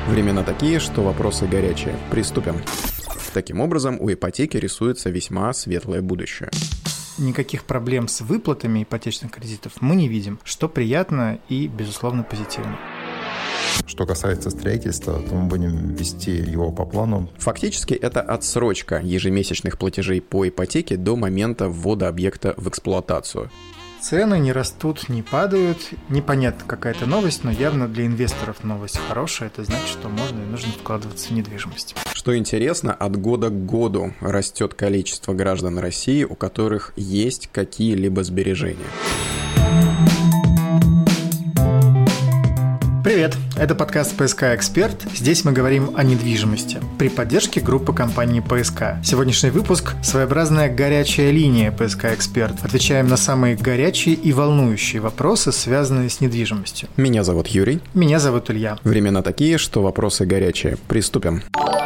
Времена такие, что вопросы горячие. Приступим. Таким образом, у ипотеки рисуется весьма светлое будущее. Никаких проблем с выплатами ипотечных кредитов мы не видим, что приятно и, безусловно, позитивно. Что касается строительства, то мы будем вести его по плану. Фактически это отсрочка ежемесячных платежей по ипотеке до момента ввода объекта в эксплуатацию. Цены не растут, не падают. Непонятно какая-то новость, но явно для инвесторов новость хорошая. Это значит, что можно и нужно вкладываться в недвижимость. Что интересно, от года к году растет количество граждан России, у которых есть какие-либо сбережения. Привет, это подкаст «ПСК Эксперт». Здесь мы говорим о недвижимости при поддержке группы компании «ПСК». Сегодняшний выпуск – своеобразная горячая линия «ПСК Эксперт». Отвечаем на самые горячие и волнующие вопросы, связанные с недвижимостью. Меня зовут Юрий. Меня зовут Илья. Времена такие, что вопросы горячие. Приступим.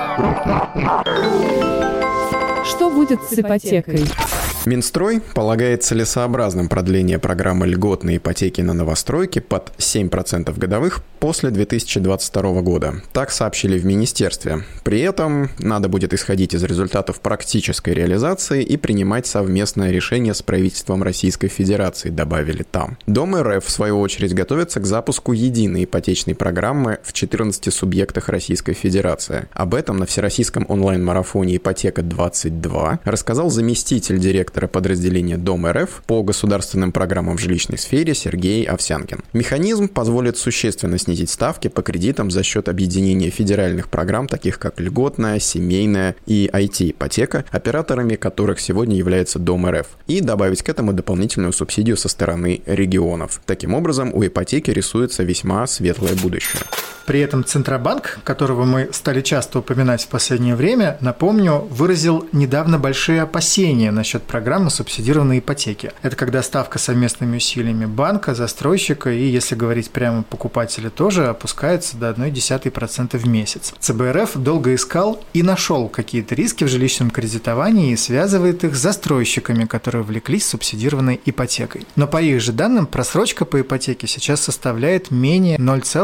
Что будет с ипотекой? Минстрой полагает целесообразным продление программы льготной ипотеки на новостройки под 7% годовых после 2022 года. Так сообщили в министерстве. При этом надо будет исходить из результатов практической реализации и принимать совместное решение с правительством Российской Федерации, добавили там. Дом РФ, в свою очередь, готовится к запуску единой ипотечной программы в 14 субъектах Российской Федерации. Об этом на всероссийском онлайн-марафоне «Ипотека-22» рассказал заместитель директора подразделения Дом РФ по государственным программам в жилищной сфере Сергей Овсянкин. Механизм позволит существенно снизить ставки по кредитам за счет объединения федеральных программ, таких как льготная, семейная и IT-ипотека, операторами которых сегодня является Дом РФ, и добавить к этому дополнительную субсидию со стороны регионов. Таким образом, у ипотеки рисуется весьма светлое будущее. При этом Центробанк, которого мы стали часто упоминать в последнее время, напомню, выразил недавно большие опасения насчет программы субсидированной ипотеки. Это когда ставка совместными усилиями банка, застройщика и, если говорить прямо, покупателя тоже, опускается до 0,1% в месяц. ЦБ РФ долго искал и нашел какие-то риски в жилищном кредитовании и связывает их с застройщиками, которые увлеклись субсидированной ипотекой. Но по их же данным, просрочка по ипотеке сейчас составляет менее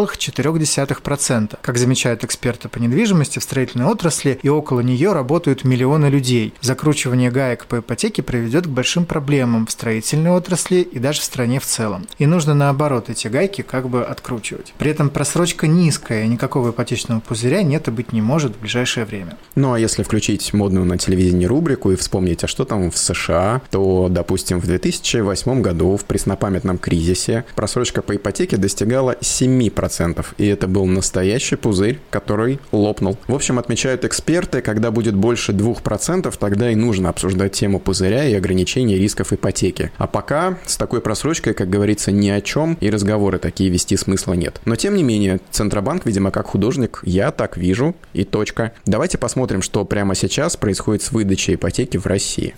0,4%. Как замечают эксперты по недвижимости, в строительной отрасли и около нее работают миллионы людей. Закручивание гаек по ипотеке приведет к большим проблемам в строительной отрасли и даже в стране в целом. И нужно наоборот эти гайки как бы откручивать. При этом просрочка низкая, и никакого ипотечного пузыря нет и быть не может в ближайшее время. Ну а если включить модную на телевидении рубрику и вспомнить, а что там в США, то, допустим, в 2008 году в преснопамятном кризисе просрочка по ипотеке достигала 7%, и это был настоящий пузырь, который лопнул. В общем, отмечают эксперты, когда будет больше 2%, тогда и нужно обсуждать тему пузыря и ограничения рисков ипотеки. А пока с такой просрочкой, как говорится, ни о чем, и разговоры такие вести смысла нет. Но тем не менее, Центробанк, видимо, как художник, я так вижу, и точка. Давайте посмотрим, что прямо сейчас происходит с выдачей ипотеки в России.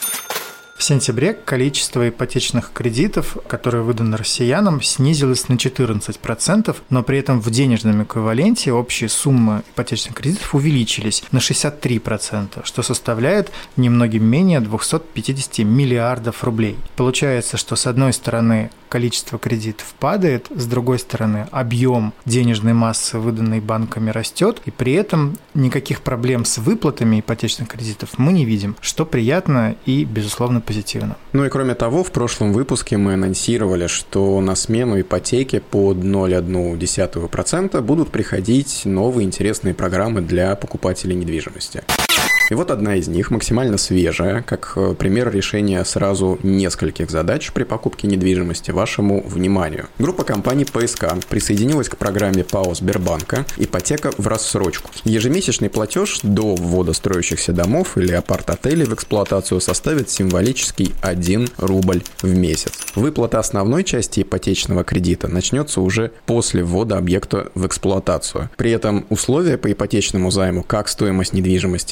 В сентябре количество ипотечных кредитов, которые выданы россиянам, снизилось на 14%, но при этом в денежном эквиваленте общие суммы ипотечных кредитов увеличились на 63%, что составляет немногим менее 250 миллиардов рублей. Получается, что с одной стороны количество кредитов падает, с другой стороны объем денежной массы, выданной банками, растет, и при этом никаких проблем с выплатами ипотечных кредитов мы не видим, что приятно и, безусловно, позитивно. Ну и кроме того, в прошлом выпуске мы анонсировали, что на смену ипотеки под 0,1% будут приходить новые интересные программы для покупателей недвижимости. И вот одна из них, максимально свежая, как пример решения сразу нескольких задач при покупке недвижимости вашему вниманию. Группа компаний ПСК присоединилась к программе ПАО Сбербанка «Ипотека в рассрочку». Ежемесячный платеж до ввода строящихся домов или апарт-отелей в эксплуатацию составит символический 1 рубль в месяц. Выплата основной части ипотечного кредита начнется уже после ввода объекта в эксплуатацию. При этом условия по ипотечному займу, как стоимость недвижимости, так и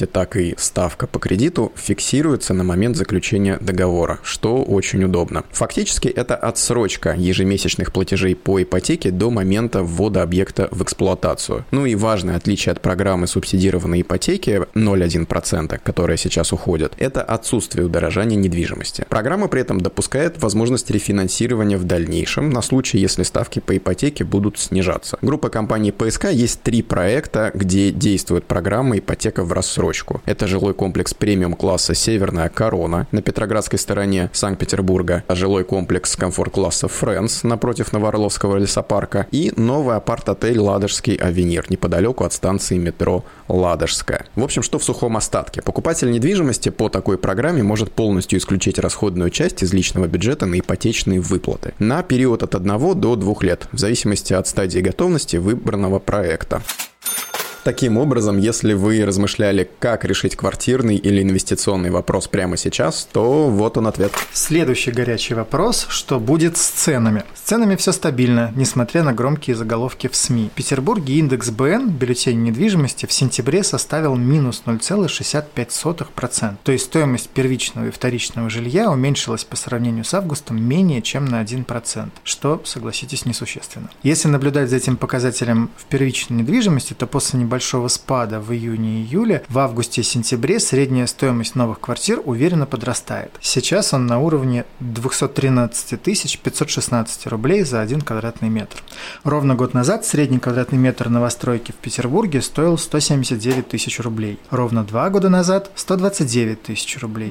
и ставка по кредиту фиксируются на момент заключения договора, что очень удобно. Фактически это отсрочка ежемесячных платежей по ипотеке до момента ввода объекта в эксплуатацию. Ну и важное отличие от программы субсидированной ипотеки 0,1%, которая сейчас уходит, это отсутствие удорожания недвижимости. Программа при этом допускает возможность рефинансирования в дальнейшем на случай, если ставки по ипотеке будут снижаться. Группа компаний ПСК есть 3 проекта, где действует программа ипотека в рассрочку. Это жилой комплекс премиум-класса «Северная Корона» на Петроградской стороне Санкт-Петербурга, жилой комплекс комфорт-класса «Фрэнс» напротив Новоорловского лесопарка и новый апарт-отель «Ладожский Авенир» неподалеку от станции метро Ладожская. В общем, что в сухом остатке? Покупатель недвижимости по такой программе может полностью исключить расходную часть из личного бюджета на ипотечные выплаты на период от 1 до 2 лет, в зависимости от стадии готовности выбранного проекта. Таким образом, если вы размышляли, как решить квартирный или инвестиционный вопрос прямо сейчас, то вот он ответ. Следующий горячий вопрос: что будет с ценами? С ценами все стабильно, несмотря на громкие заголовки в СМИ. В Петербурге индекс БН, бюллетень недвижимости, в сентябре составил минус 0,65%. То есть стоимость первичного и вторичного жилья уменьшилась по сравнению с августом менее чем на 1%, что, согласитесь, несущественно. Если наблюдать за этим показателем в первичной недвижимости, то после небольшого спада в июне и июле, в августе и сентябре средняя стоимость новых квартир уверенно подрастает. Сейчас он на уровне 213 516 рублей за 1 квадратный метр. Ровно год назад средний квадратный метр новостройки в Петербурге стоил 179 тысяч рублей. Ровно 2 года назад – 129 тысяч рублей.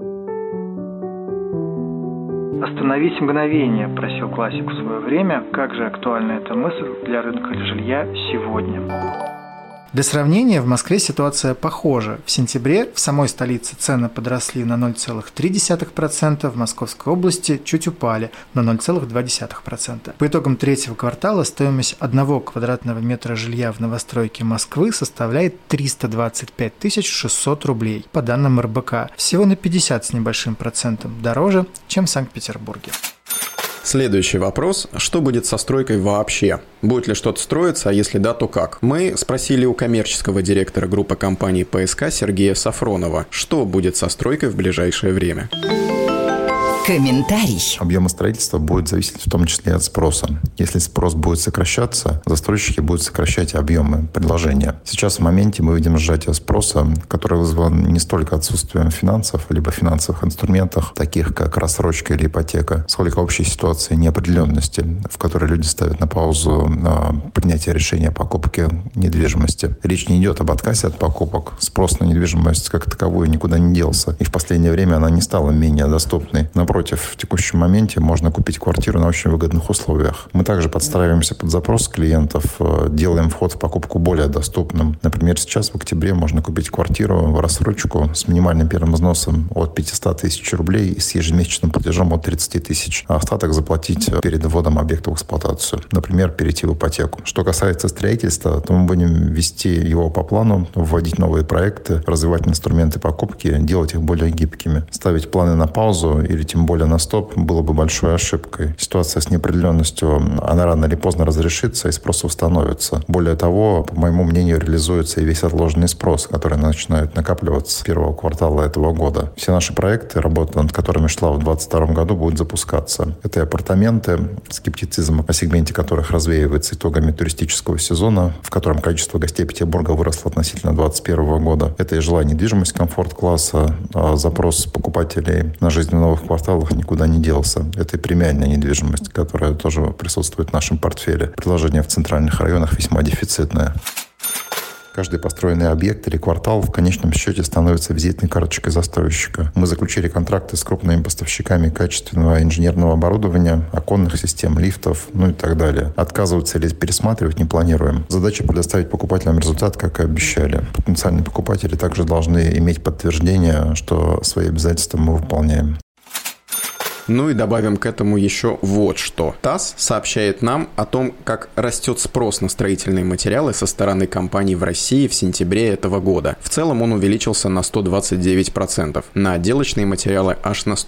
«Остановись мгновение», – просил классик в свое время. Как же актуальна эта мысль для рынка жилья сегодня? Для сравнения, в Москве ситуация похожа. В сентябре в самой столице цены подросли на 0,3%, в Московской области чуть упали на 0,2%. По итогам третьего квартала стоимость 1 квадратного метра жилья в новостройке Москвы составляет 325 600 рублей, по данным РБК, всего на 50 с небольшим процентом дороже, чем в Санкт-Петербурге. Следующий вопрос. Что будет со стройкой вообще? Будет ли что-то строиться, а если да, то как? Мы спросили у коммерческого директора группы компаний ПСК Сергея Сафронова, что будет со стройкой в ближайшее время. Комментарий. Объемы строительства будут зависеть в том числе от спроса. Если спрос будет сокращаться, застройщики будут сокращать объемы предложения. Сейчас в моменте мы видим сжатие спроса, которое вызвано не столько отсутствием финансов, либо финансовых инструментов, таких как рассрочка или ипотека, сколько общей ситуации неопределенности, в которой люди ставят на паузу принятие решения о покупке недвижимости. Речь не идет об отказе от покупок. Спрос на недвижимость как таковую никуда не делся. И в последнее время она не стала менее доступной. Напротив, в текущем моменте можно купить квартиру на очень выгодных условиях. Мы также подстраиваемся под запрос клиентов, делаем вход в покупку более доступным. Например, сейчас в октябре можно купить квартиру в рассрочку с минимальным первым взносом от 500 тысяч рублей и с ежемесячным платежом от 30 тысяч, а остаток заплатить перед вводом объекта в эксплуатацию. Например, перейти в ипотеку. Что касается строительства, то мы будем вести его по плану, вводить новые проекты, развивать инструменты покупки, делать их более гибкими. Ставить планы на паузу или тем более на стоп было бы большой ошибкой. Ситуация с неопределенностью, она рано или поздно разрешится и спрос установится. Более того, по моему мнению, реализуется и весь отложенный спрос, который начинает накапливаться с первого квартала этого года. Все наши проекты, работа над которыми шла в 2022 году, будут запускаться. Это и апартаменты, скептицизм о сегменте которых развеивается итогами туристического сезона, в котором количество гостей Петербурга выросло относительно 2021 года. Это и жилая недвижимость комфорт-класса, запрос покупателей на жизнь в новых кварталах никуда не делся. Это и премиальная недвижимость, которая тоже присутствует в нашем портфеле. Предложение в центральных районах весьма дефицитное. Каждый построенный объект или квартал в конечном счете становится визитной карточкой застройщика. Мы заключили контракты с крупными поставщиками качественного инженерного оборудования, оконных систем, лифтов, и так далее. Отказываться или пересматривать не планируем. Задача предоставить покупателям результат, как и обещали. Потенциальные покупатели также должны иметь подтверждение, что свои обязательства мы выполняем. Ну и добавим к этому еще вот что. ТАСС сообщает нам о том, как растет спрос на строительные материалы со стороны компаний в России в сентябре этого года. В целом он увеличился на 129%, на отделочные материалы аж на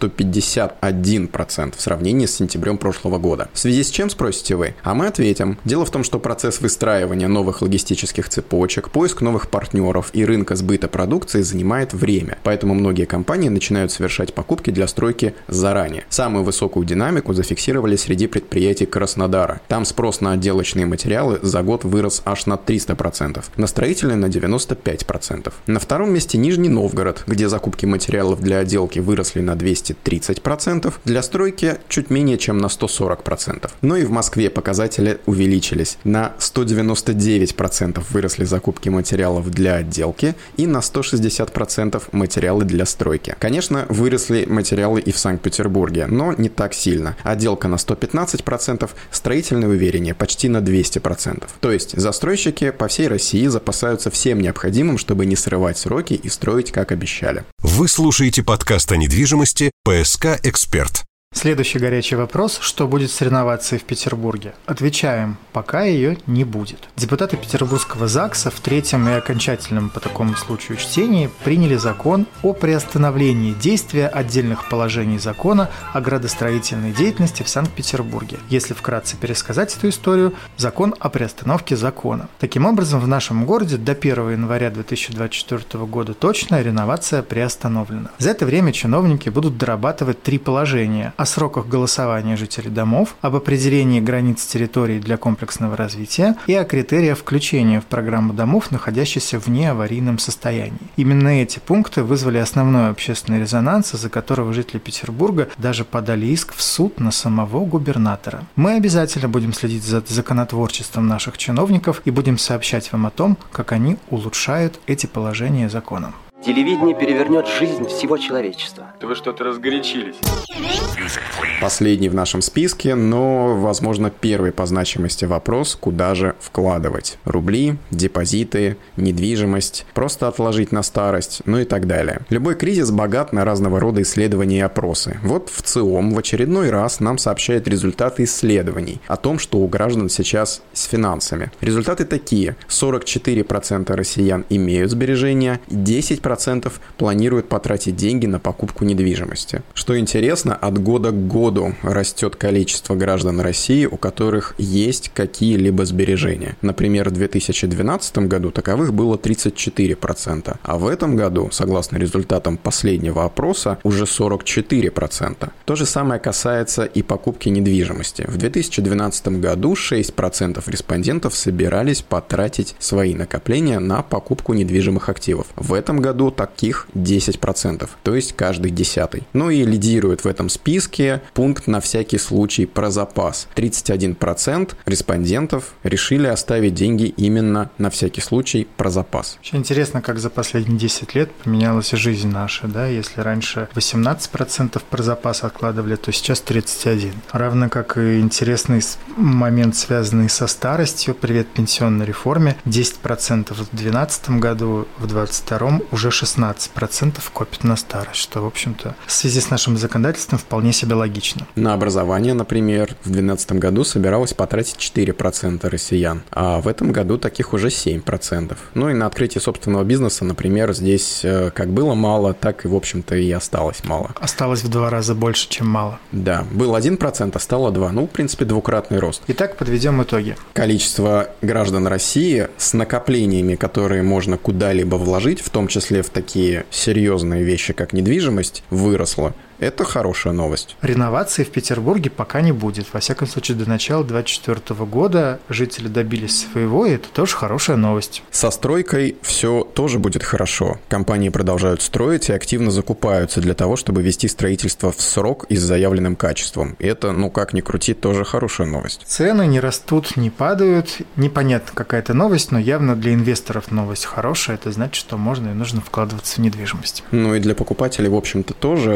151% в сравнении с сентябрем прошлого года. В связи с чем, спросите вы? А мы ответим. Дело в том, что процесс выстраивания новых логистических цепочек, поиск новых партнеров и рынка сбыта продукции занимает время, поэтому многие компании начинают совершать покупки для стройки заранее. Самую высокую динамику зафиксировали среди предприятий Краснодара. Там спрос на отделочные материалы за год вырос аж на 300%, на строительные на 95%. На втором месте Нижний Новгород, где закупки материалов для отделки выросли на 230%, для стройки чуть менее чем на 140%. Но и в Москве показатели увеличились. На 199% выросли закупки материалов для отделки и на 160% материалы для стройки. Конечно, выросли материалы и в Санкт-Петербурге, но не так сильно. Отделка на 115%, строительное уверение почти на 200%. То есть застройщики по всей России запасаются всем необходимым, чтобы не срывать сроки и строить, как обещали. Вы слушаете подкаст о недвижимости «ПСК Эксперт». Следующий горячий вопрос: что будет с реновацией в Петербурге? Отвечаем: пока ее не будет. Депутаты Петербургского ЗАГСа в третьем и окончательном по такому случаю чтении приняли закон о приостановлении действия отдельных положений закона о градостроительной деятельности в Санкт-Петербурге. Если вкратце пересказать эту историю, закон о приостановке закона. Таким образом, в нашем городе до 1 января 2024 года точно реновация приостановлена. За это время чиновники будут дорабатывать 3 положения: о сроках голосования жителей домов, об определении границ территорий для комплексного развития и о критериях включения в программу домов, находящихся в неаварийном состоянии. Именно эти пункты вызвали основной общественный резонанс, из-за которого жители Петербурга даже подали иск в суд на самого губернатора. Мы обязательно будем следить за законотворчеством наших чиновников и будем сообщать вам о том, как они улучшают эти положения закона. Телевидение перевернет жизнь всего человечества. Да вы что-то разгорячились. Последний в нашем списке, но, возможно, первый по значимости вопрос: куда же вкладывать? Рубли, депозиты, недвижимость, просто отложить на старость, ну и так далее. Любой кризис богат на разного рода исследования и опросы. Вот ВЦИОМ в очередной раз нам сообщает результаты исследований о том, что у граждан сейчас с финансами. Результаты такие: 44% россиян имеют сбережения, 10% планируют потратить деньги на покупку недвижимости. Что интересно, от года к году растет количество граждан России, у которых есть какие-либо сбережения. Например, в 2012 году таковых было 34%, а в этом году, согласно результатам последнего опроса, уже 44%. То же самое касается и покупки недвижимости. В 2012 году 6% респондентов собирались потратить свои накопления на покупку недвижимых активов. В этом году таких 10%, то есть каждый 10-й. Ну и лидирует в этом списке пункт «на всякий случай про запас». 31% респондентов решили оставить деньги именно на всякий случай про запас. Очень интересно, как за последние 10 лет поменялась жизнь наша, да? Если раньше 18% про запас откладывали, то сейчас 31%. Равно как и интересный момент, связанный со старостью. Привет пенсионной реформе. 10% в 2012 году, в 2022 уже 16% копят на старость, что, в общем-то, в связи с нашим законодательством вполне себе логично. На образование, например, в 2012 году собиралось потратить 4% россиян, а в этом году таких уже 7%. Ну и на открытие собственного бизнеса, например, здесь как было мало, так и, в общем-то, и осталось мало. Осталось в 2 раза больше, чем мало. Да, был 1%, а стало 2%. Ну, в принципе, двукратный рост. Итак, подведем итоги. Количество граждан России с накоплениями, которые можно куда-либо вложить, в том числе в такие серьезные вещи, как недвижимость, выросло. Это хорошая новость. Реновации в Петербурге пока не будет. Во всяком случае, до начала 2024 года жители добились своего, и это тоже хорошая новость. Со стройкой все тоже будет хорошо. Компании продолжают строить и активно закупаются для того, чтобы вести строительство в срок и с заявленным качеством. И это, как ни крути, тоже хорошая новость. Цены не растут, не падают. Непонятно, какая это новость, но явно для инвесторов новость хорошая. Это значит, что можно и нужно вкладываться в недвижимость. Ну и для покупателей, в общем-то, тоже это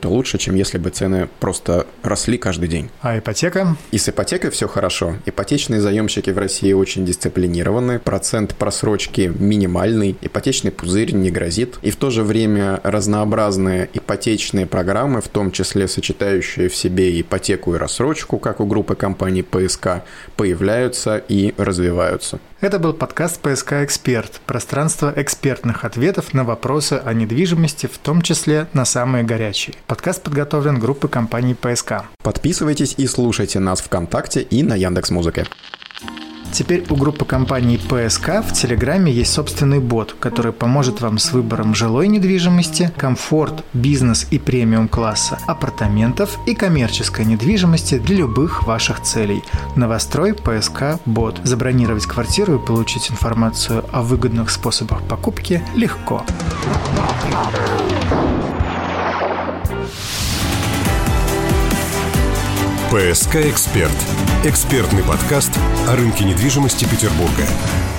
это лучше, чем если бы цены просто росли каждый день. А ипотека? И с ипотекой все хорошо. Ипотечные заемщики в России очень дисциплинированы, процент просрочки минимальный, ипотечный пузырь не грозит. И в то же время разнообразные ипотечные программы, в том числе сочетающие в себе ипотеку и рассрочку, как у группы компаний ПСК, появляются и развиваются. Это был подкаст «ПСК Эксперт», пространство экспертных ответов на вопросы о недвижимости, в том числе на самые горячие. Подкаст подготовлен группой компаний ПСК. Подписывайтесь и слушайте нас ВКонтакте и на Яндекс.Музыке. Теперь у группы компаний ПСК в Телеграме есть собственный бот, который поможет вам с выбором жилой недвижимости, комфорт, бизнес и премиум-класса, апартаментов и коммерческой недвижимости для любых ваших целей. Новострой ПСК бот. Забронировать квартиру и получить информацию о выгодных способах покупки легко. ПСК Эксперт. Экспертный подкаст о рынке недвижимости Петербурга.